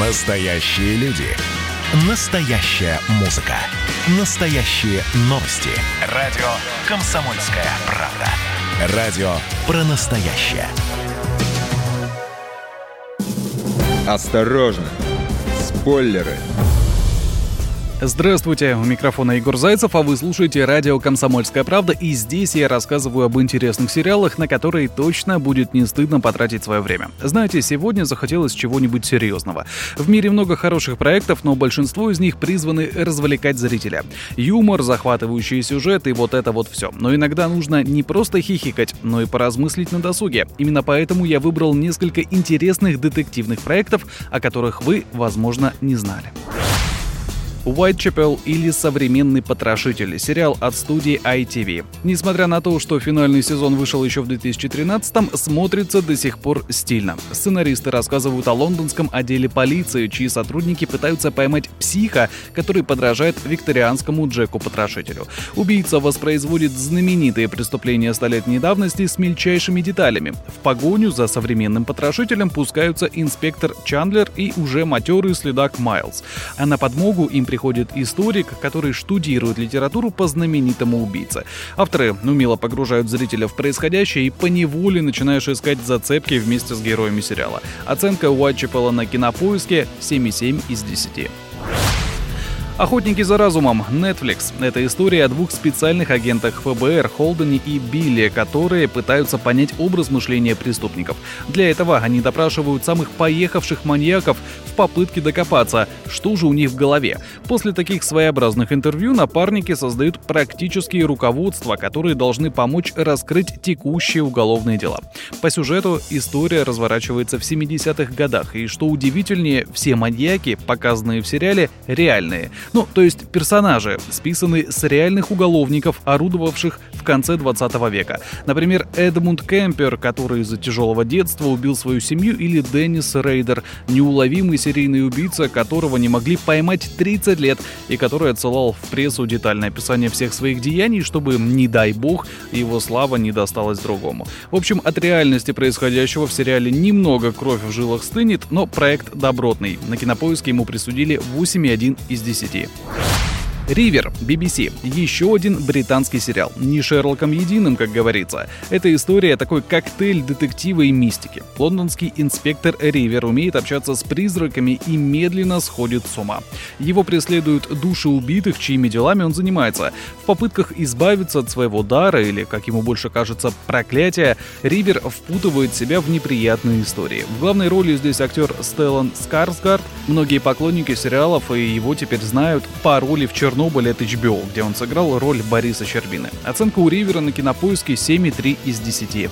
Настоящие люди. Настоящая музыка. Настоящие новости. Радио «Комсомольская правда». Радио про настоящее. Осторожно! Спойлеры! Здравствуйте, у микрофона Егор Зайцев, а вы слушаете радио «Комсомольская правда», и здесь я рассказываю об интересных сериалах, на которые точно будет не стыдно потратить свое время. Знаете, сегодня захотелось чего-нибудь серьезного. В мире много хороших проектов, но большинство из них призваны развлекать зрителя. Юмор, захватывающий сюжет и вот это вот все. Но иногда нужно не просто хихикать, но и поразмыслить на досуге. Именно поэтому я выбрал несколько интересных детективных проектов, о которых вы, возможно, не знали. Уайтчепел или «Современный потрошитель» — сериал от студии ITV. Несмотря на то, что финальный сезон вышел еще в 2013-м, смотрится до сих пор стильно. Сценаристы рассказывают о лондонском отделе полиции, чьи сотрудники пытаются поймать психа, который подражает викторианскому Джеку-потрошителю. Убийца воспроизводит знаменитые преступления столетней давности с мельчайшими деталями. В погоню за современным потрошителем пускаются инспектор Чандлер и уже матерый следак Майлз. А на подмогу им приходит историк, который штудирует литературу по знаменитому убийце. Авторы умело погружают зрителя в происходящее, и поневоле начинаешь искать зацепки вместе с героями сериала. Оценка Уайтчепела на Кинопоиске 7,7 из 10. «Охотники за разумом» Netflix. Это история о двух специальных агентах ФБР, Холдене и Билли, которые пытаются понять образ мышления преступников. Для этого они допрашивают самых поехавших маньяков в попытке докопаться, что же у них в голове. После таких своеобразных интервью напарники создают практические руководства, которые должны помочь раскрыть текущие уголовные дела. По сюжету история разворачивается в 70-х годах, и, что удивительнее, все маньяки, показанные в сериале, реальные. То есть персонажи, списаны с реальных уголовников, орудовавших в конце 20 века. Например, Эдмунд Кемпер, который из-за тяжелого детства убил свою семью, или Деннис Рейдер, неуловимый серийный убийца, которого не могли поймать 30 лет и который отсылал в прессу детальное описание всех своих деяний, чтобы, не дай бог, его слава не досталась другому. В общем, от реальности происходящего в сериале немного кровь в жилах стынет, но проект добротный. На Кинопоиске ему присудили 8,1 из 10. «Ривер», BBC. Еще один британский сериал. Не Шерлоком единым, как говорится. Эта история — такой коктейль детектива и мистики. Лондонский инспектор Ривер умеет общаться с призраками и медленно сходит с ума. Его преследуют души убитых, чьими делами он занимается. В попытках избавиться от своего дара, или, как ему больше кажется, проклятия, Ривер впутывает себя в неприятные истории. В главной роли здесь актер Стеллан Скарсгард. Многие поклонники сериалов и его теперь знают по роли в «Чернобыль» от HBO, где он сыграл роль Бориса Щербины. Оценка у Ривера на Кинопоиске 7,3 из 10.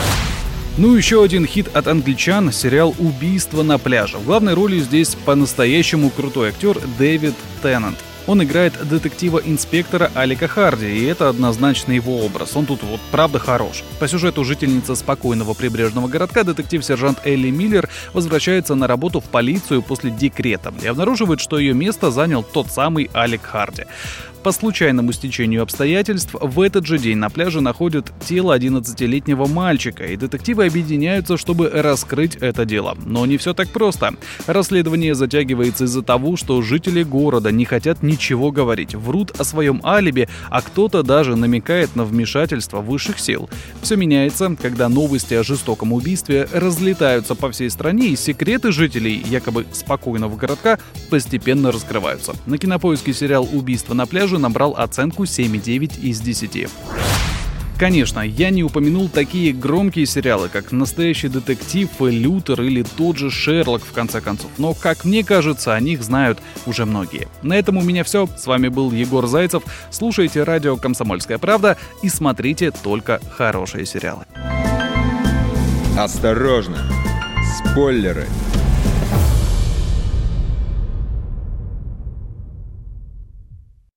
Еще один хит от англичан — сериал «Убийство на пляже». В главной роли здесь по-настоящему крутой актер Дэвид Теннант. Он играет детектива-инспектора Алика Харди, и это однозначно его образ. Он тут правда хорош. По сюжету жительница спокойного прибрежного городка, детектив-сержант Элли Миллер, возвращается на работу в полицию после декрета и обнаруживает, что ее место занял тот самый Алик Харди. По случайному стечению обстоятельств в этот же день на пляже находят тело 11-летнего мальчика, и детективы объединяются, чтобы раскрыть это дело. Но не все так просто. Расследование затягивается из-за того, что жители города не хотят ничего говорить, врут о своем алиби, а кто-то даже намекает на вмешательство высших сил. Все меняется, когда новости о жестоком убийстве разлетаются по всей стране, и секреты жителей якобы спокойного городка постепенно раскрываются. На Кинопоиске сериал «Убийство на пляже» набрал оценку 7,9 из 10. Конечно, я не упомянул такие громкие сериалы, как «Настоящий детектив», «Лютер» или тот же «Шерлок», в конце концов. Но, как мне кажется, о них знают уже многие. На этом у меня все. С вами был Егор Зайцев. Слушайте радио «Комсомольская правда» и смотрите только хорошие сериалы. Осторожно! Спойлеры!